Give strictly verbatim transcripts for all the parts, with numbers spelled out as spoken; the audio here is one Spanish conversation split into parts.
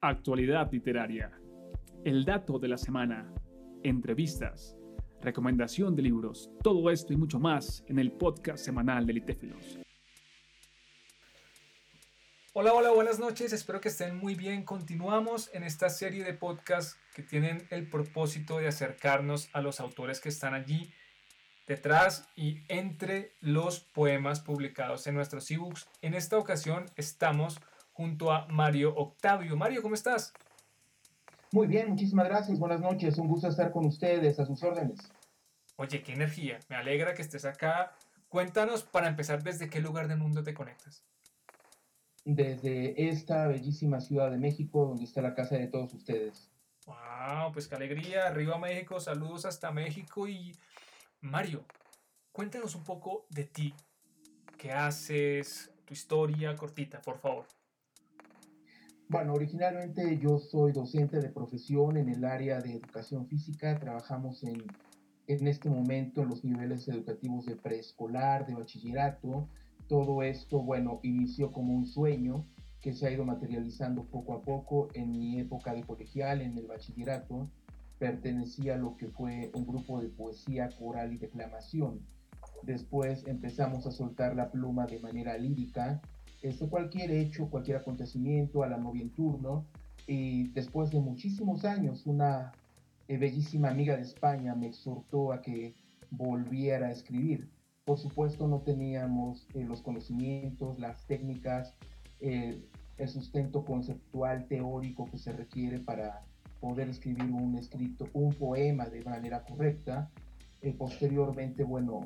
actualidad literaria, el dato de la semana, entrevistas, recomendación de libros, todo esto y mucho más en el podcast semanal de Litéfilos. Hola, hola, buenas noches, espero que estén muy bien. Continuamos en esta serie de podcasts que tienen el propósito de acercarnos a los autores que están allí detrás y entre los poemas publicados en nuestros ebooks. En esta ocasión estamos junto a Mario Octavio. Mario, ¿cómo estás? Muy bien, muchísimas gracias, buenas noches, un gusto estar con ustedes, a sus órdenes. Oye, qué energía, me alegra que estés acá. Cuéntanos, para empezar, ¿desde qué lugar del mundo te conectas? Desde esta bellísima Ciudad de México, donde está la casa de todos ustedes. Wow, pues qué alegría, arriba México, saludos hasta México. Y Mario, cuéntanos un poco de ti, qué haces, tu historia cortita, por favor. Bueno, originalmente yo soy docente de profesión en el área de educación física. Trabajamos en, en este momento en los niveles educativos de preescolar, de bachillerato. Todo esto, bueno, inició como un sueño que se ha ido materializando poco a poco. En mi época de colegial, en el bachillerato, pertenecía a lo que fue un grupo de poesía coral y declamación. Después empezamos a soltar la pluma de manera lírica, este, cualquier hecho, cualquier acontecimiento, a la novia en turno. Y después de muchísimos años, una eh, bellísima amiga de España me exhortó a que volviera a escribir. Por supuesto, no teníamos eh, los conocimientos, las técnicas, eh, el sustento conceptual, teórico que se requiere para poder escribir un escrito, un poema de manera correcta. Eh, posteriormente, bueno,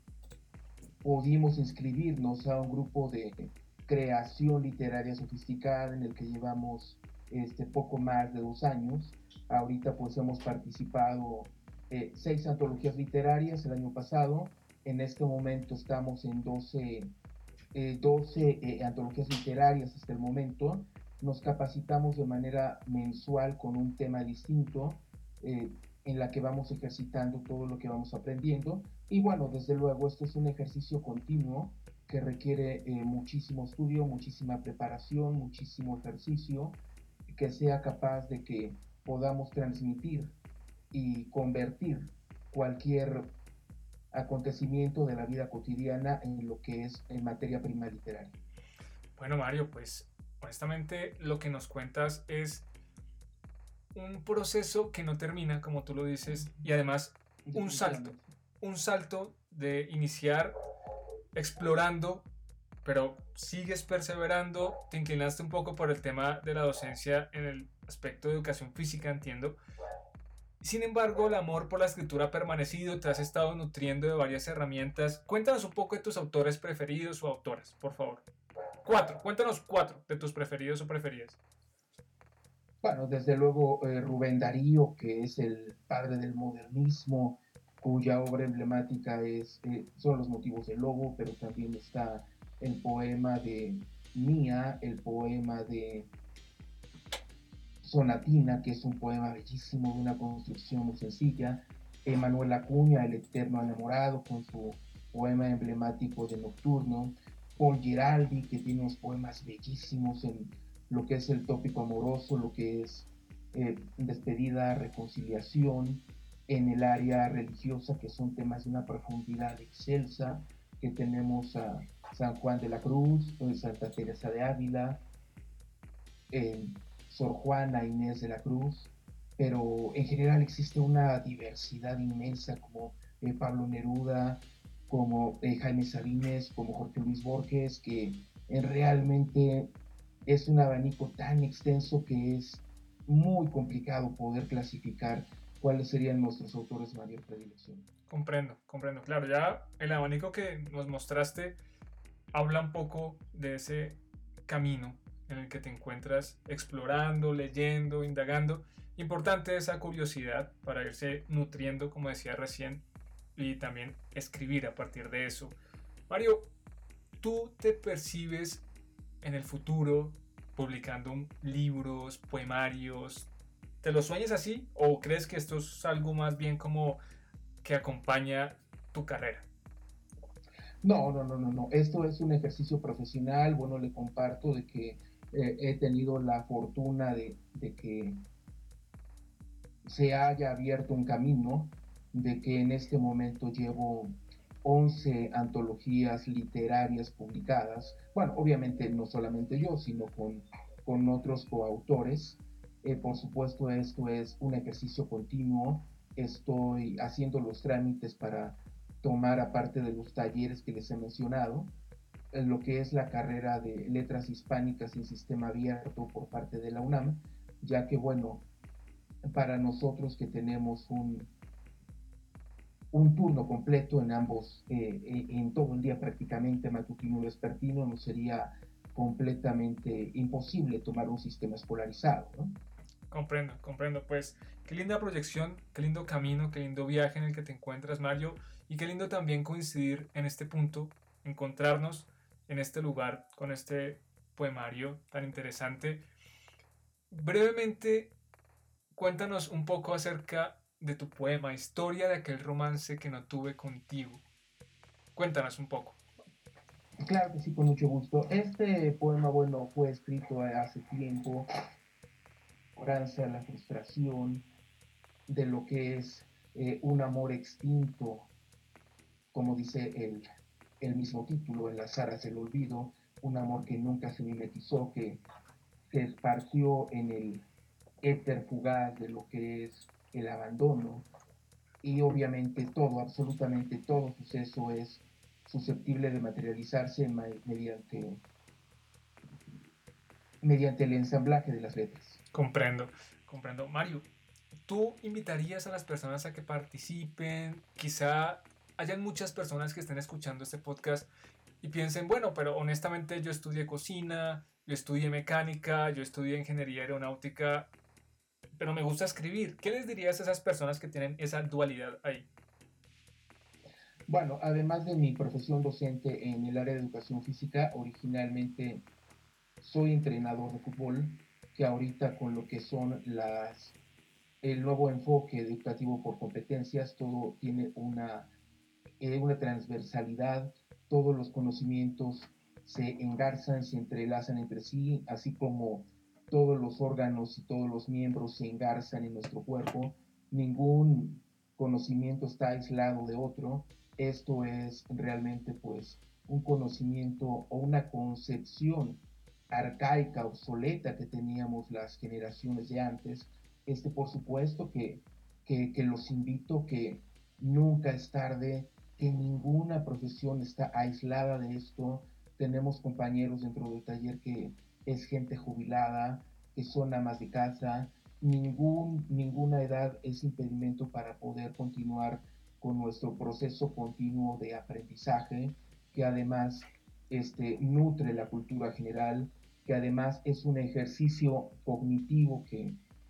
pudimos inscribirnos a un grupo de creación literaria sofisticada en el que llevamos este, poco más de dos años. Ahorita pues hemos participado eh, seis antologías literarias el año pasado. En este momento estamos en doce, eh, doce eh, antologías literarias hasta el momento. Nos capacitamos de manera mensual con un tema distinto, eh, en la que vamos ejercitando todo lo que vamos aprendiendo. Y bueno, desde luego, esto es un ejercicio continuo que requiere eh, muchísimo estudio, muchísima preparación, muchísimo ejercicio, que sea capaz de que podamos transmitir y convertir cualquier acontecimiento de la vida cotidiana en lo que es en materia prima literaria. Bueno, Mario, pues honestamente lo que nos cuentas es un proceso que no termina, como tú lo dices, y además un salto, un salto de iniciar explorando, pero sigues perseverando, te inclinaste un poco por el tema de la docencia en el aspecto de educación física, entiendo. Sin embargo, el amor por la escritura ha permanecido, te has estado nutriendo de varias herramientas. Cuéntanos un poco de tus autores preferidos o autoras, por favor. Cuatro, cuéntanos cuatro de tus preferidos o preferidas. Bueno, desde luego eh, Rubén Darío, que es el padre del modernismo, cuya obra emblemática es, eh, son Los motivos del lobo, pero también está el poema de Mía, el poema de Sonatina, que es un poema bellísimo de una construcción muy sencilla. Manuel Acuña, El eterno enamorado, con su poema emblemático de Nocturno. Paul Giraldi, que tiene unos poemas bellísimos en lo que es el tópico amoroso, lo que es eh, despedida, reconciliación, en el área religiosa, que son temas de una profundidad excelsa, que tenemos a San Juan de la Cruz, Santa Teresa de Ávila, eh, Sor Juana Inés de la Cruz, pero en general existe una diversidad inmensa, como eh, Pablo Neruda, como eh, Jaime Sabines, como Jorge Luis Borges, que eh, realmente es un abanico tan extenso que es muy complicado poder clasificar cuáles serían nuestros autores de mayor predilección. Comprendo, comprendo. Claro, ya el abanico que nos mostraste habla un poco de ese camino en el que te encuentras explorando, leyendo, indagando. Importante esa curiosidad para irse nutriendo, como decía recién, y también escribir a partir de eso. Mario, ¿tú te percibes en el futuro publicando libros, poemarios? ¿Te lo sueñas así o crees que esto es algo más bien como que acompaña tu carrera? No, no, no, no, no. Esto es un ejercicio profesional. Bueno, le comparto de que eh, he tenido la fortuna de, de que se haya abierto un camino, de que en este momento llevo once antologías literarias publicadas. Bueno, obviamente no solamente yo, sino con, con otros coautores. Eh, por supuesto, esto es un ejercicio continuo. Estoy haciendo los trámites para tomar, aparte de los talleres que les he mencionado, en lo que es la carrera de Letras Hispánicas en Sistema Abierto por parte de la UNAM, ya que, bueno, para nosotros que tenemos un, un turno completo en ambos, eh, en todo el día prácticamente, matutino y vespertino, nos sería completamente imposible tomar un sistema escolarizado, ¿no? Comprendo, comprendo. Pues qué linda proyección, qué lindo camino, qué lindo viaje en el que te encuentras, Mario, y qué lindo también coincidir en este punto, encontrarnos en este lugar con este poemario tan interesante. Brevemente, cuéntanos un poco acerca de tu poema, Historia de aquel romance que no tuve contigo. Cuéntanos un poco. Claro que sí, con mucho gusto. Este poema, bueno, fue escrito hace tiempo, a la frustración de lo que es eh, un amor extinto, como dice el, el mismo título, en las aras del olvido, un amor que nunca se mimetizó, que se esparció en el éter fugaz de lo que es el abandono, y obviamente todo, absolutamente todo suceso es susceptible de materializarse mediante, mediante el ensamblaje de las letras. Comprendo, comprendo. Mario, ¿tú invitarías a las personas a que participen? Quizá hayan muchas personas que estén escuchando este podcast y piensen, bueno, pero honestamente yo estudié cocina, yo estudié mecánica, yo estudié ingeniería aeronáutica, pero me gusta escribir. ¿Qué les dirías a esas personas que tienen esa dualidad ahí? Bueno, además de mi profesión docente en el área de educación física, originalmente soy entrenador de fútbol, que ahorita con lo que son las el nuevo enfoque educativo por competencias, todo tiene una, eh, una transversalidad, todos los conocimientos se engarzan, se entrelazan entre sí, así como todos los órganos y todos los miembros se engarzan en nuestro cuerpo, ningún conocimiento está aislado de otro. Esto es realmente pues un conocimiento o una concepción arcaica, obsoleta que teníamos las generaciones de antes. Este, por supuesto que, que, que los invito, que nunca es tarde, que ninguna profesión está aislada de esto. Tenemos compañeros dentro del taller que es gente jubilada, que son amas de casa. Ningún, ninguna edad es impedimento para poder continuar con nuestro proceso continuo de aprendizaje, que además este, nutre la cultura general, que además es un ejercicio cognitivo que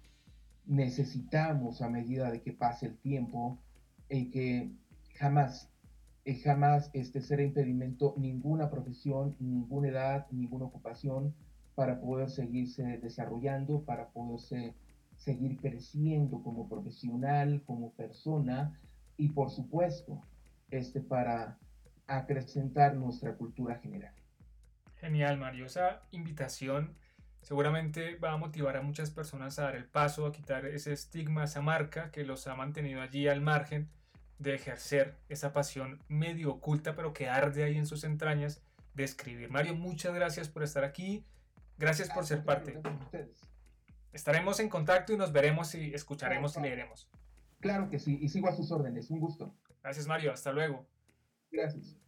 necesitamos a medida de que pase el tiempo, y que jamás, eh, jamás este, será impedimento ninguna profesión, ninguna edad, ninguna ocupación para poder seguirse desarrollando, para poderse seguir creciendo como profesional, como persona, y por supuesto, este, para acrecentar nuestra cultura general. Genial, Mario. Esa invitación seguramente va a motivar a muchas personas a dar el paso, a quitar ese estigma, esa marca que los ha mantenido allí al margen de ejercer esa pasión medio oculta, pero que arde ahí en sus entrañas de escribir. Mario, muchas gracias por estar aquí. Gracias por ser parte. Estaremos en contacto y nos veremos y escucharemos y leeremos. Claro que sí, y sigo a sus órdenes. Un gusto. Gracias, Mario. Hasta luego. Gracias.